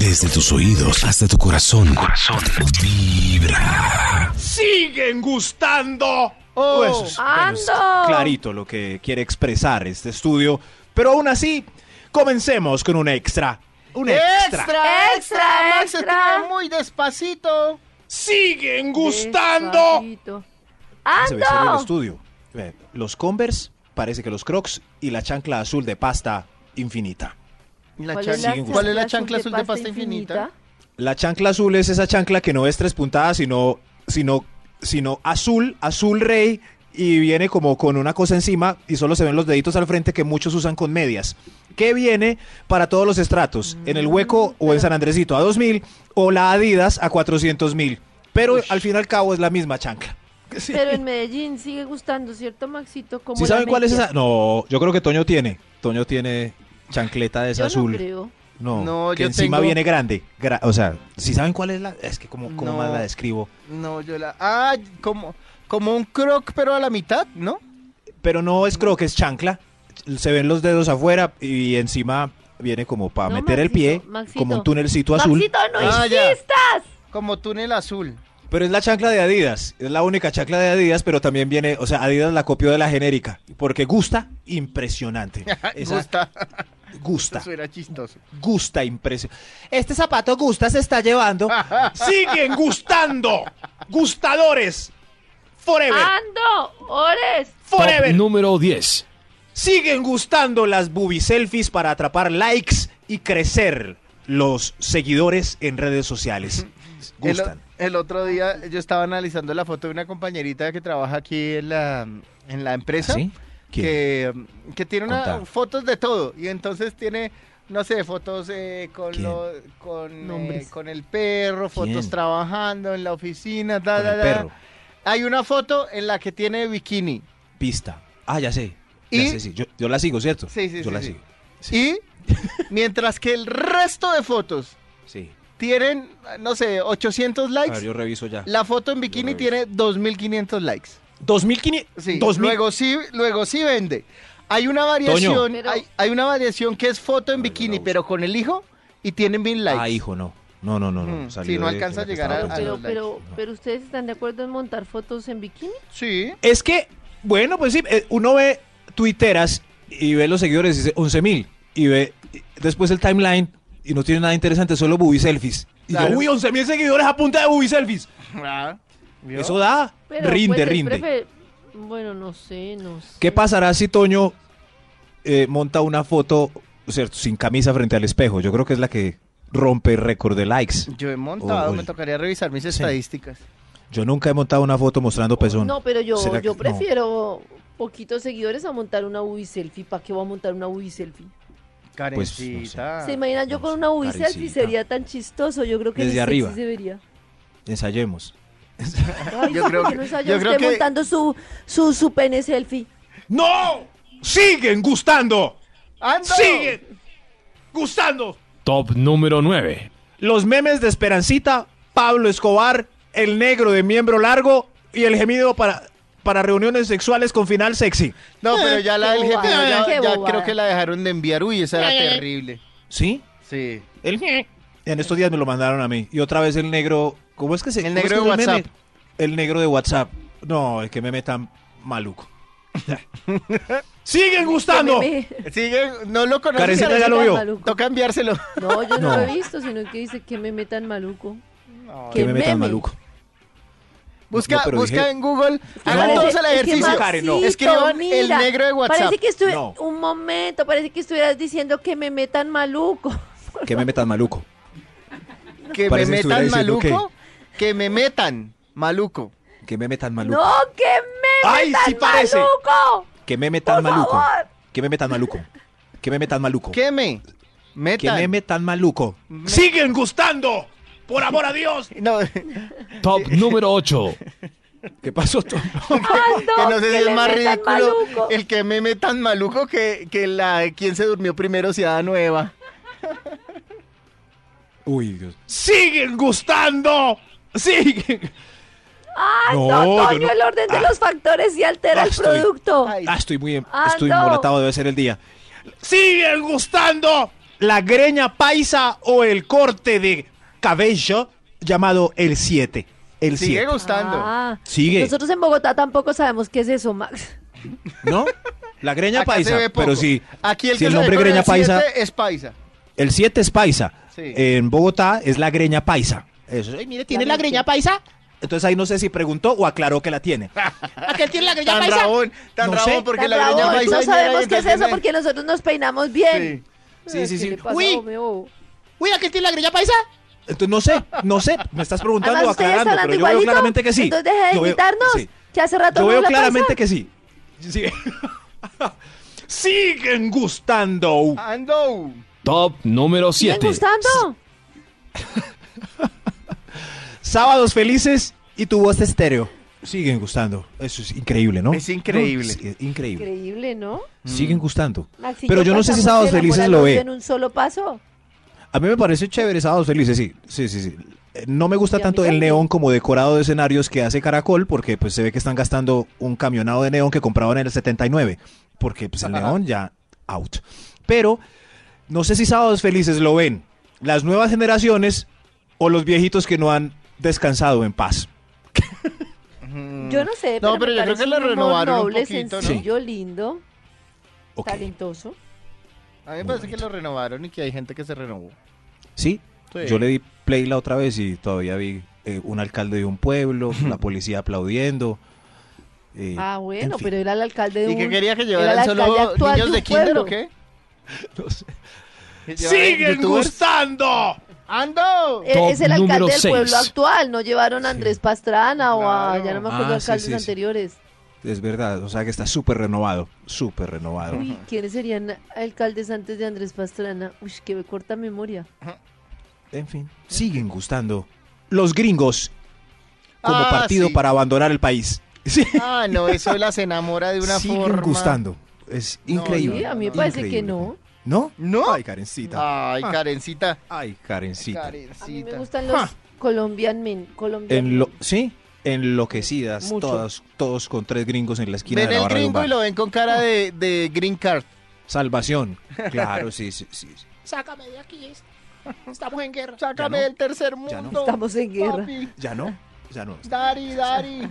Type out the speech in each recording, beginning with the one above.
Desde tus oídos hasta tu corazón. Vibra. ¡Siguen gustando! Oh, Eso es ¡Ando! clarito lo que quiere expresar este estudio. Pero aún así, comencemos con un extra. Un extra. Extra, Max extra. escribe muy despacito. ¡Siguen gustando! Despacito. Se ve serio el ¡Ando! estudio. Ve, los Converse, parece que los Crocs y la chancla azul de pasta infinita. La ¿Cuál chan- es la siguen ¿Cuál es la chancla chancla azul de pasta infinita? La chancla azul es esa chancla que no es tres puntadas, sino azul, azul rey, y viene como con una cosa encima y solo se ven los deditos al frente que muchos usan con medias. Que viene para todos los estratos, en el hueco o en San Andresito a 2.000 o la Adidas a 400.000. Pero al fin y al cabo es la misma chancla. Sí. Pero en Medellín sigue gustando, ¿cierto, Maxito? Como ¿Sí la saben cuál es media. esa? No, yo creo que Toño tiene chancleta de esa Yo azul. no creo. No, No, que yo encima tengo- viene grande. O sea, ¿sí saben cuál es la? Es que como No. más la describo. No, yo la... Ah, como un croc, pero a la mitad, ¿no? Pero no es croc, es chancla. Se ven los dedos afuera y encima viene como para No, meter el pie, Maxito. como un tunelcito azul. ¡Maxito, no Ah, ya. insistas! Como túnel azul. Pero es la chancla de Adidas, es la única chancla de Adidas, pero también viene, o sea, Adidas la copió de la genérica, porque gusta impresionante. Esa Gusta. gusta, Eso era chistoso. gusta impresionante. Este zapato gusta se está llevando. ¡Siguen gustando! ¡Gustadores! ¡Forever! ¡Ando! ¡Ores! ¡Forever! Top número 10. Siguen gustando las booby selfies para atrapar likes y crecer los seguidores en redes sociales. Gustan. El otro día yo estaba analizando la foto de una compañerita que trabaja aquí en la empresa. ¿Sí? ¿Quién? Que tiene Contá. fotos de todo. Y entonces tiene, no sé, fotos ¿Quién? Nombres. con el perro, fotos ¿Quién? trabajando en la oficina, Con el perro. Hay una foto en la que tiene bikini. Pista. Ah, ya sé. Ya ¿Y? sé, sí. Yo la sigo, ¿cierto? Sí, sí, Yo sí, la sí. sigo. Sí. Y mientras que el resto de fotos Sí. tienen, no sé, 800 A likes, ver, yo reviso ya. la foto en bikini reviso. tiene 2.500 likes. 2.500. Sí, 2.000. luego sí vende. Hay una variación, Pero- hay una variación que es foto en A ver, bikini, yo la pero con el hijo y tiene 1.000 likes. Ah, hijo, no. No. Salió Sí, no de- alcanza a de la que llegar estaba a pensando. los likes. Pero ¿ustedes están de acuerdo en montar fotos en bikini? Sí. Es que, bueno, pues sí, uno ve tuiteras y ve los seguidores y dice 11.000. Y ve después el timeline y no tiene nada interesante, solo booby selfies. Y Claro. yo, uy, 11.000 seguidores a punta de booby selfies. Ah, ¿vio? Eso da. Pero, Rinde, pues, es rinde. Bueno, no sé. ¿Qué pasará si Toño monta una foto, cierto, sin camisa frente al espejo? Yo creo que es la que rompe el récord de likes. Yo he montado, Uy. me tocaría revisar mis estadísticas. Yo nunca he montado una foto mostrando pezón. No, pero ¿Será que yo no? prefiero poquitos seguidores a montar una UV selfie. ¿Para qué voy a montar una UV selfie? Karencita. ¿Se imaginan yo no con sé, una UV selfie? Karencita. Sería tan chistoso. Yo creo que Desde ni arriba. sexy se vería. Ensayemos. Ay, Yo creo ¿por qué que- no ensaya yo creo usted que- montando su pene selfie? ¡No! ¡Siguen gustando! ¡Ando! ¡Siguen gustando! Top número 9. Los memes de Esperancita, Pablo Escobar, el negro de miembro largo y el gemido para reuniones sexuales con final sexy. No, pero ya la Qué del jefe, bobada, qué ya bobada. creo que la dejaron de enviar. Uy, esa era terrible. ¿Sí? Sí. En estos días me lo mandaron a mí. Y otra vez el negro... ¿Cómo es que se El cómo negro es que de es el meme? WhatsApp. El negro de WhatsApp. No, es que meme tan maluco. ¡Siguen gustando! Sigue, no lo conoces. Karencita ya lo vio. Maluco. Toca enviárselo. No, yo no, No. lo he visto, sino que dice que meme tan maluco. ¿Qué ¿Qué meme tan meme? maluco? Busca, No, pero busca dije- en Google. Hagan Parece- todos el ejercicio. Karen, no. Maxito, Escriban el mira, negro de WhatsApp. Parece que No. un momento, parece que estuvieras diciendo que meme tan maluco. ¿Qué meme tan maluco? Que me Parece que estuviera metan diciendo maluco. Que me metan maluco. ¿Qué meme tan maluco? No, que meme ¡Ay, tan sí parece! maluco. ¿Qué meme tan Por maluco? favor. ¿Qué meme tan maluco? ¿Qué meme tan maluco? Que me ¿Qué metan. meme tan maluco? ¡Siguen gustando! ¡Por amor a Dios! No, Top número 8. ¿Qué pasó, Toño? que no sé si que es le más metan ridículo maluco. el que meme tan maluco que la de quien se durmió primero Ciudad Nueva. Uy, Dios. ¡Siguen gustando! ¡Siguen! Ay, No, no, yo Toño, no- el orden de los factores y altera el estoy- producto. Ay, Estoy Ah, estoy no. embolatado, debe ser el día. ¡Siguen gustando la greña paisa o el corte de cabello llamado el 7. El Sigue 7. gustando. Ah, Sigue. nosotros en Bogotá tampoco sabemos qué es eso, Max. ¿No? La greña Acá paisa. se ve poco. Pero sí. Aquí el si que el se ve nombre con greña el paisa. 7 es paisa. El 7 es paisa. Sí. En Bogotá es la greña paisa. Eso. Ay, mire, ¿tiene la Claramente. greña paisa? Entonces ahí no sé si preguntó o aclaró que la tiene. ¿Aquel tiene la greña Tan paisa? rabón, tan No rabón sé. porque Tan la greña rabón, paisa. no mira, sabemos y qué es entonces eso porque nosotros nos peinamos bien. Sí. Sí. ¿Qué le pasa, Uy. hombre, bobo? Uy, ¿aquel tiene la greña paisa? Entonces no sé. Me estás preguntando Además, o ustedes aclarando, están pero hablando yo veo igualito. claramente que sí. Entonces deja de Yo veo- imitarnos, sí. que hace rato Yo no veo la claramente pasa. que sí. Sí. Siguen gustando. Ando. Top número ¿Siguen 7. gustando? Sábados felices y tu voz estéreo. Siguen gustando. Eso es increíble, ¿no? Es increíble. No, sí, increíble. Increíble, ¿no? Siguen gustando. Maxi, Pero yo no sé si pasamos Sábados del amor Felices al lo odio ve. en un solo paso. A mí me parece chévere Sábados Felices, sí. Sí. No me gusta Y a mí tanto el también. neón como decorado de escenarios que hace Caracol, porque pues se ve que están gastando un camionado de neón que compraban en el 79. Porque pues el neón ya out. Pero no sé si Sábados Felices lo ven las nuevas generaciones o los viejitos que no han descansado en paz. Yo no sé, No, pero pero me yo creo parece que lo un humor renovaron un noble, poquito, ¿no? sencillo, lindo, Ok. talentoso. A mí me parece que lo renovaron y que hay gente que se renovó. Sí, Sí. yo le di play la otra vez y todavía vi un alcalde de un pueblo, la policía aplaudiendo. Ah, bueno, en fin. pero era el alcalde de ¿Y qué un... quería que era llevaran el solo alcalde actual niños un de kinder pueblo. o qué? No sé. ¿Que llevaran youtubers? gustando! ¡Ando! Top Es el número alcalde del 6. pueblo actual, no llevaron a Andrés Pastrana o a... Claro. Ya no me acuerdo Ah, de sí, alcaldes sí. anteriores. Es verdad, o sea que está súper renovado, súper renovado. Uy, ¿quiénes serían alcaldes antes de Andrés Pastrana? Uy, qué corta memoria. En fin, siguen gustando los gringos como Ah, partido sí. para abandonar el país. Sí, Ah, no, eso las enamora de una siguen forma. gustando. Es increíble. Sí, a mí me no, parece que increíble. no. ¿No? ¿No? Ay, Karencita. Ay, Karencita. Ay, Karencita. A mí me Karencita. gustan los Colombian men. Sí, enloquecidas, Mucho. todos con 3 gringos en la esquina Ven de la el barra de un gringo bar. y lo ven con cara de green card. Salvación. Claro, sí. Sácame de aquí. Estamos en guerra. Sácame Ya no. del tercer Ya no. mundo. Estamos en guerra. Papi. Ya no. Dari.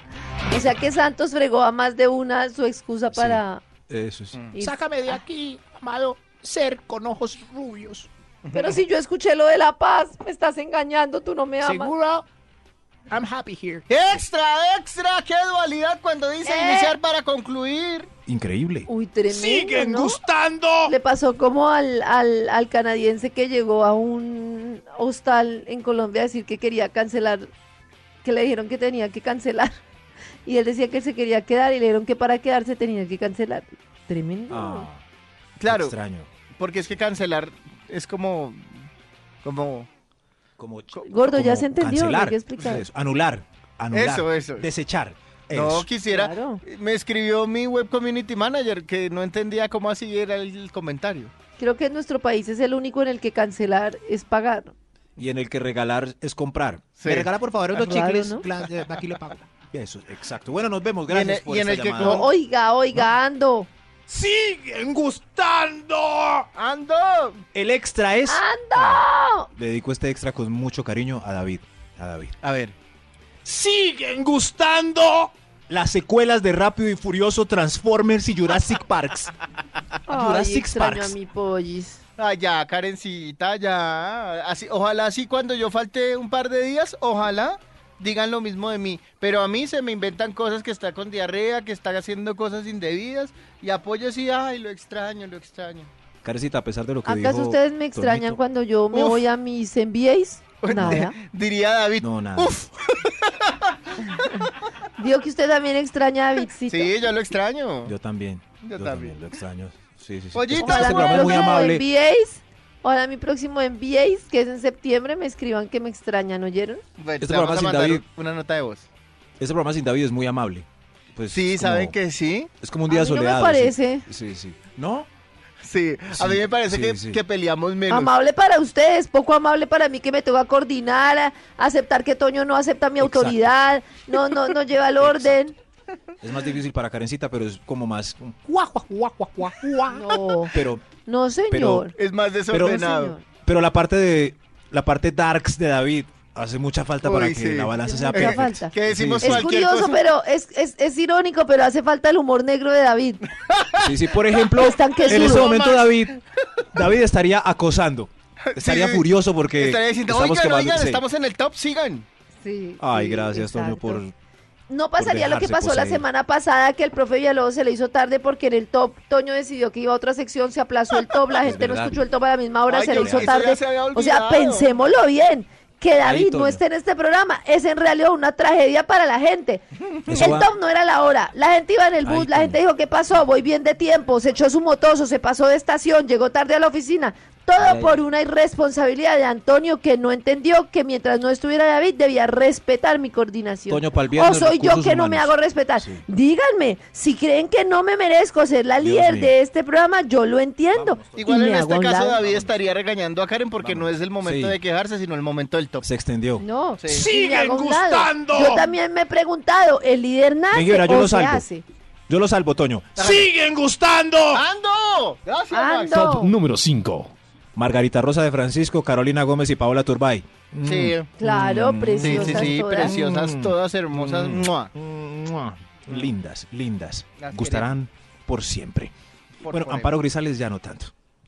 O sea que Santos fregó a más de una su excusa para Eso sí. ir. Sácame de aquí, amado ser con ojos rubios. Pero si yo escuché lo de la paz, me estás engañando, tú no me amas. Seguro, I'm happy here. Extra. ¡Qué dualidad cuando dice ¿Eh? iniciar para concluir! Increíble. Uy, tremendo, ¿no? gustando. Le pasó como al canadiense que llegó a un hostal en Colombia a decir que quería cancelar, que le dijeron que tenía que cancelar. Y él decía que se quería quedar y le dijeron que para quedarse tenía que cancelar. Tremendo. Ah, Claro, extraño. porque es que cancelar es como... Como Gordo, ya como se entendió, cancelar. hay que explicar. Eso, anular. Eso. Desechar. No, Eso. quisiera... Claro. Me escribió mi web community manager que no entendía cómo así era el comentario. Creo que en nuestro país es el único en el que cancelar es pagar. Y en el que regalar es comprar. Sí. Me regala por favor unos Raro, chicles. ¿no? Aquí le pago. Eso, exacto. Bueno, nos vemos. Y en Gracias el- por y en esta el que llamada. co- Oiga, ando. ¡Siguen gustando! ¡Ando! El extra es... ¡Ando! Le dedico este extra con mucho cariño a David. A ver. ¡Siguen gustando! Las secuelas de Rápido y Furioso, Transformers y Jurassic Parks. Ay, Jurassic extraño Parks. a mi pollis. Ah, ya, Karencita, ya. Así, ojalá así cuando yo falte un par de días, ojalá digan lo mismo de mí. Pero a mí se me inventan cosas que está con diarrea, que está haciendo cosas indebidas. Y apoyo así, ay, lo extraño. Carecita, a pesar de lo que dijo... ¿Acaso ustedes me extrañan Toñito. cuando yo me Uf. voy a mis MBAs? Nada. Diría David. No, nada. Uf, Digo que usted también extraña a Davidcito. sí, yo lo extraño. Yo también. Yo también. Lo extraño. Sí. Pollito. Este Ojalá programa es muy amable. MBAs. Ojalá mi próximo MBAs, que es en septiembre, me escriban que me extrañan, ¿oyeron? Bueno, Este te vamos programa a sin mandar David. una nota de voz. Este programa sin David es muy amable. Pues Sí, es como- ¿saben que sí? Es como un día A mí no me soleado. parece. Sí. ¿No? Sí, Sí, a mí me parece sí, que, sí. que peleamos menos. Amable para ustedes, poco amable para mí que me toca coordinar, aceptar que Toño no acepta mi Exacto. autoridad, no lleva el orden. Es más difícil para Karencita, pero es como más... Guau, guau, guau, guau, guau. No, Pero, no señor. Es más No, desordenado. señor. pero la parte darks de David hace mucha falta para Uy, que sí. la balanza sea Mucha perfecta. falta. ¿Qué decimos Sí, Es cualquier curioso, cosa? pero es irónico, pero hace falta el humor negro de David. Sí, por ejemplo, Es tan en quesudo. ese momento David estaría acosando. Estaría Sí. furioso porque Estaría diciendo, estamos oigan, quemando. Sí. estamos en el top, sigan. Sí, Ay, sí, gracias, Toño, exacto. por... No pasaría lo que dejarse pasó la poseer. semana pasada, que el profe Villalobos se le hizo tarde porque en el top Toño decidió que iba a otra sección, se aplazó el top, la Es gente no verdad. escuchó el top a la misma hora, Ay, se le yo- hizo eso ya tarde. se había O sea, olvidado. pensémoslo bien. Que David Toño. no esté en este programa es en realidad una tragedia para la gente. Eso El va- top no era la hora. La gente iba en el bus, Ay, la Toño. gente dijo, ¿qué pasó? Voy bien de tiempo. Se echó su motoso, se pasó de estación, llegó tarde a la oficina. Todo Ay. por una irresponsabilidad de Antonio que no entendió que mientras no estuviera David debía respetar mi coordinación. Toño, pa'l O viernes, soy yo recursos que no me humanos. hago respetar. Sí. Díganme, si creen que no me merezco ser la Dios líder mío. de este programa, yo lo entiendo. Igual Y en me hago este a un caso lado. David estaría regañando a Karen porque no es el momento Sí. de quejarse, sino el momento del top. Se extendió. No, Sí. y me hago a un lado. gustando! Yo también me he preguntado, ¿el líder nace Miguel, yo o lo se salvo. hace? Yo lo salvo, Toño. ¡Siguen gustando! ¡Ando! Gracias, Max. Ando. Top número 5. Margarita Rosa de Francisco, Carolina Gómez y Paola Turbay. Sí, Claro, sí, preciosas sí, sí, todas. preciosas, todas hermosas. ¡Mua! Lindas, lindas. Las Gustarán por siempre. Por Bueno, forever. Amparo Grisales ya no tanto.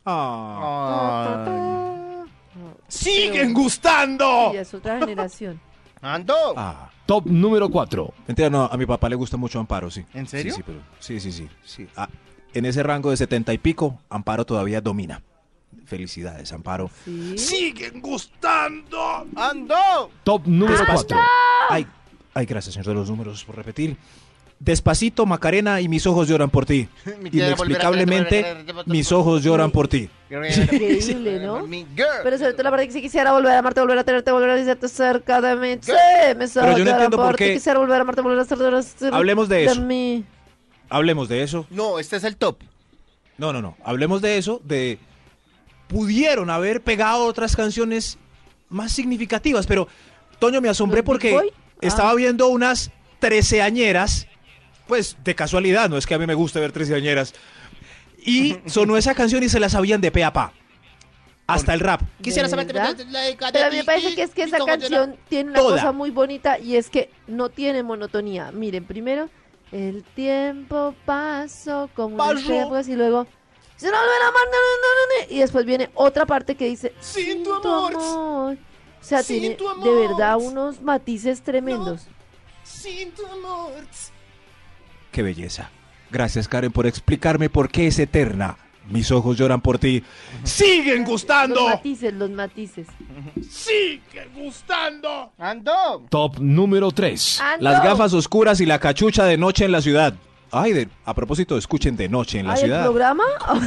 Ay. ¡Siguen gustando! Y es otra generación. ¡Ando! Ah. Top número 4. Mentira, no, a mi papá le gusta mucho Amparo, sí. ¿En serio? Sí, sí, pero, sí. Ah, en ese rango de 70 y pico, Amparo todavía domina. Felicidades, Amparo. Sí. ¡Siguen gustando! ¡Ando! Top número 4. Ay, gracias, señor de los números, por repetir. Despacito, Macarena y mis ojos lloran por ti. Me quiere volver a Inexplicablemente, mis ojos lloran por ti. Increíble, ¿no? Mi girl. Pero sobre todo la parte que sí quisiera volver a amarte, volver a tenerte, volver a decirte cerca de mí. Sí, me Pero yo no entiendo por qué- Quisiera volver a amarte, volver a estar Hablemos de eso. mí. Hablemos de eso. No, este es el top. No. Hablemos de eso, de... Pudieron haber pegado otras canciones más significativas, pero Toño, me asombré ¿Los Big porque Boy? estaba viendo unas treceañeras, pues de casualidad, no es que a mí me guste ver treceañeras, y sonó esa canción y se la sabían de pe a pa. Hasta el rap. Quisiera saber ¿Verdad? la Pero a mí me parece que es que esa canción tiene una Toda. cosa muy bonita y es que no tiene monotonía. Miren, primero, el tiempo pasó como unas Pasó. épocas y luego... "Se nos vuelve a amar, no, no, no", y después viene otra parte que dice... Sin tu amor. O sea, Sin tiene tu amor. de verdad unos matices tremendos. Sin tu amor. Qué belleza. Gracias, Karen, por explicarme por qué es eterna. Mis ojos lloran por ti. ¡Siguen gustando! Los matices. ¡Siguen gustando! ¡Ando! Top número 3. ¡Ando! Las gafas oscuras y la cachucha de noche en la ciudad. Ay, a propósito, escuchen de noche en la Ay, ¿el ciudad. programa?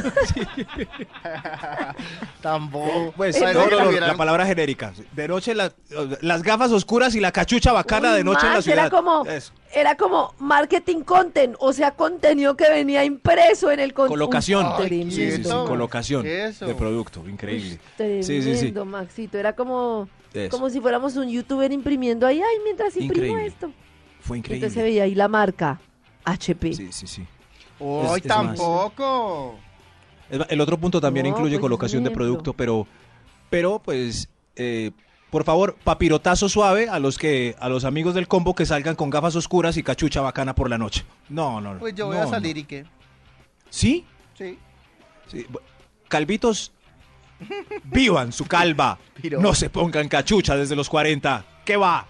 Tampoco. Pues, Parece no, que no, no, tuvieran- la palabra genérica. De noche, las gafas oscuras y la cachucha bacana Uy, de noche en la Max, ciudad. Era Eso. como marketing content, o sea, contenido que venía impreso en el Colocación. Uy, Ay, Sí, sí, sí, Eso. colocación Eso. de producto. Increíble. Tremendo, Sí, sí, sí. Maxito. Era como Eso. si fuéramos un youtuber imprimiendo ahí, ay, mientras imprimo Increíble. esto. Fue Entonces se increíble. veía ahí la marca HP. Sí, sí, sí. ¡Ay, Es más. tampoco! El otro punto también No, incluye pues, colocación de ejemplo. producto, pero pues, por favor, papirotazo suave a los amigos del combo que salgan con gafas oscuras y cachucha bacana por la noche. No. Pues yo voy no, a salir no. y qué. ¿Sí? Sí. Sí. Calvitos, vivan su calva. Piro. No se pongan cachucha desde los 40. ¿Qué va?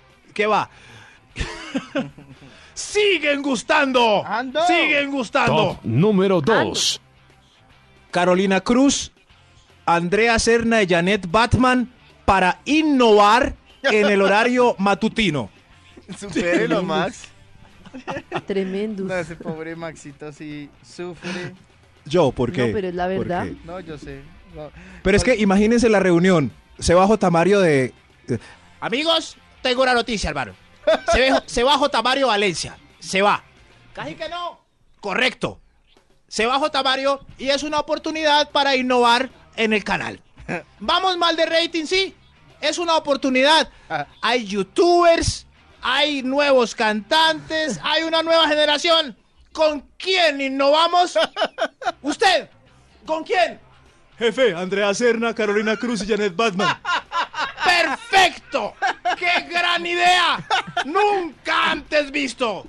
¡Siguen gustando! ¡Ando! ¡Siguen gustando! Top número 2. Carolina Cruz, Andrea Serna y Janet Batman para innovar en el horario matutino. Supérelo, Max. Tremendo. No, ese pobre Maxito sí sufre. Yo, ¿por qué? No, pero es la ¿Por verdad. qué? No, yo sé. No. Pero es que imagínense la reunión. Se va J. Mario de... Amigos, tengo una noticia, hermano. Se va J. Mario Valencia. Se va. Casi que no. Correcto. Se va J. Mario y es una oportunidad para innovar en el canal. Vamos mal de rating, sí. Es una oportunidad. Hay youtubers, hay nuevos cantantes, hay una nueva generación. ¿Con quién innovamos? ¿Usted? ¿Con quién? Jefe, Andrea Serna, Carolina Cruz y Janet Batman. ¡Perfecto! ¡Qué gran idea! ¡Nunca antes visto!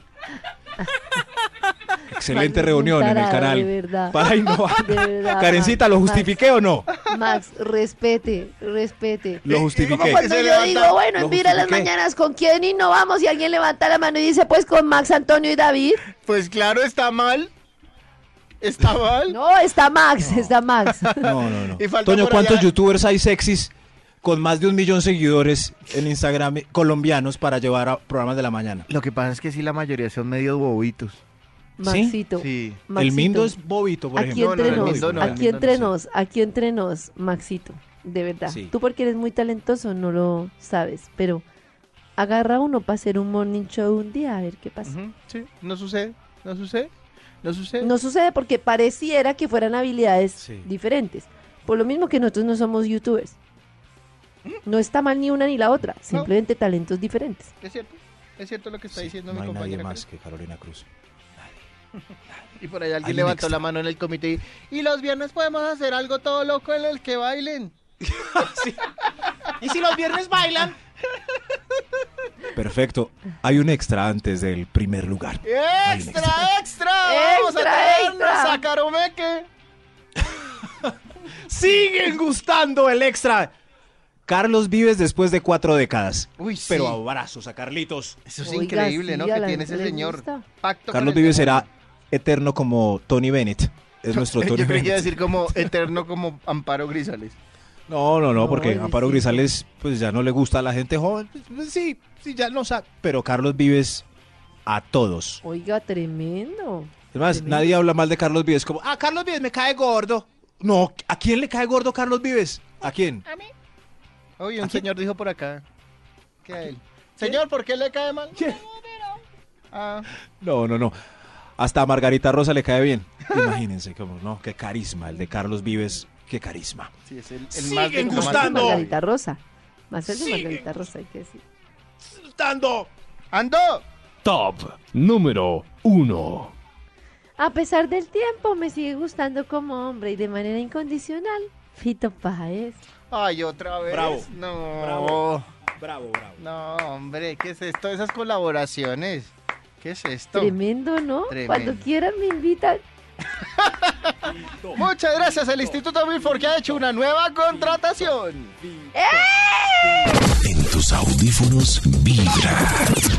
Excelente Max, reunión en el tarado, canal. de verdad. Para innovar. De verdad, Karencita, ¿lo Max. justifiqué o no? Max, respete. Lo justifiqué. Como cuando Se yo levanta- digo, bueno, lo en Vibra las justifiqué. mañanas, ¿con quién innovamos? Y alguien levanta la mano y dice, pues con Max, Antonio y David. Pues claro, está mal. Está mal. No, está Max, está Max. No, no, no. Y falta Toño, por ¿cuántos allá- youtubers hay sexys con más de 1 millón de seguidores en Instagram colombianos para llevar a programas de la mañana? Lo que pasa es que sí, la mayoría son medio bobitos. Maxito. Sí. Maxito. El Mindo es bobito, por Aquí ejemplo. No, no, entre el nos, Mindo no, el aquí Mindo no, entre sí. nos, aquí entre nos, Maxito, de verdad. Sí. Tú porque eres muy talentoso no lo sabes, pero agarra uno para hacer un morning show un día a ver qué pasa. Ujú, sí. No sucede. No sucede. No sucede. No sucede porque pareciera que fueran habilidades Sí. diferentes. Por lo mismo que nosotros no somos youtubers. No está mal ni una ni la otra, simplemente talentos diferentes. Es cierto. Es cierto lo que está diciendo No mi hay nadie compañera. más que Carolina Cruz. Y por ahí alguien Hay un levantó extra. la mano en el comité y los viernes podemos hacer algo todo loco en el que bailen. ¿Y si los viernes bailan? Perfecto. Hay un extra antes del primer lugar. Hay un ¡Extra, extra! ¡Vamos a Extra, traernos extra. a Caromeque! Siguen gustando el extra. Carlos Vives después de 4 décadas. Uy, sí. Pero abrazos a Carlitos. Eso es Oiga, increíble, sí, ¿no? a Que la tiene gente ese le señor. gusta. Pacto con Carlos el Vives demonio. será eterno como Tony Bennett. Es nuestro Tony Yo creí que Bennett. iba a decir como eterno como Amparo Grisales. No, No, porque él Amparo sí. Grisales pues ya no le gusta a la gente joven. Pues, sí, ya no sabe. Pero Carlos Vives a todos. Oiga, tremendo. Además, Tremendo. nadie habla mal de Carlos Vives como, Carlos Vives me cae gordo. no, ¿a quién le cae gordo Carlos Vives? ¿A quién? Oye, un señor dijo por acá. ¿Qué a él? Señor, ¿por qué le cae mal? Ah, No. Hasta a Margarita Rosa le cae bien. Imagínense cómo, ¿no? Qué carisma, el de Carlos Vives, qué carisma. sí, es el Siguen más de Más el de gustando. Margarita Rosa. Más el de Sí. Margarita Rosa, hay que decir. Dando. ¡Ando! Top número 1. A pesar del tiempo, me sigue gustando como hombre y de manera incondicional, Fito Páez. Ay, otra vez. Bravo. No. Bravo. Bravo. No, hombre, ¿qué es esto? Esas colaboraciones. ¿Qué es esto? Tremendo, ¿no? Tremendo. Cuando quieran me invitan. Muchas gracias al Instituto Milford que ha hecho una nueva contratación. En tus audífonos vibra.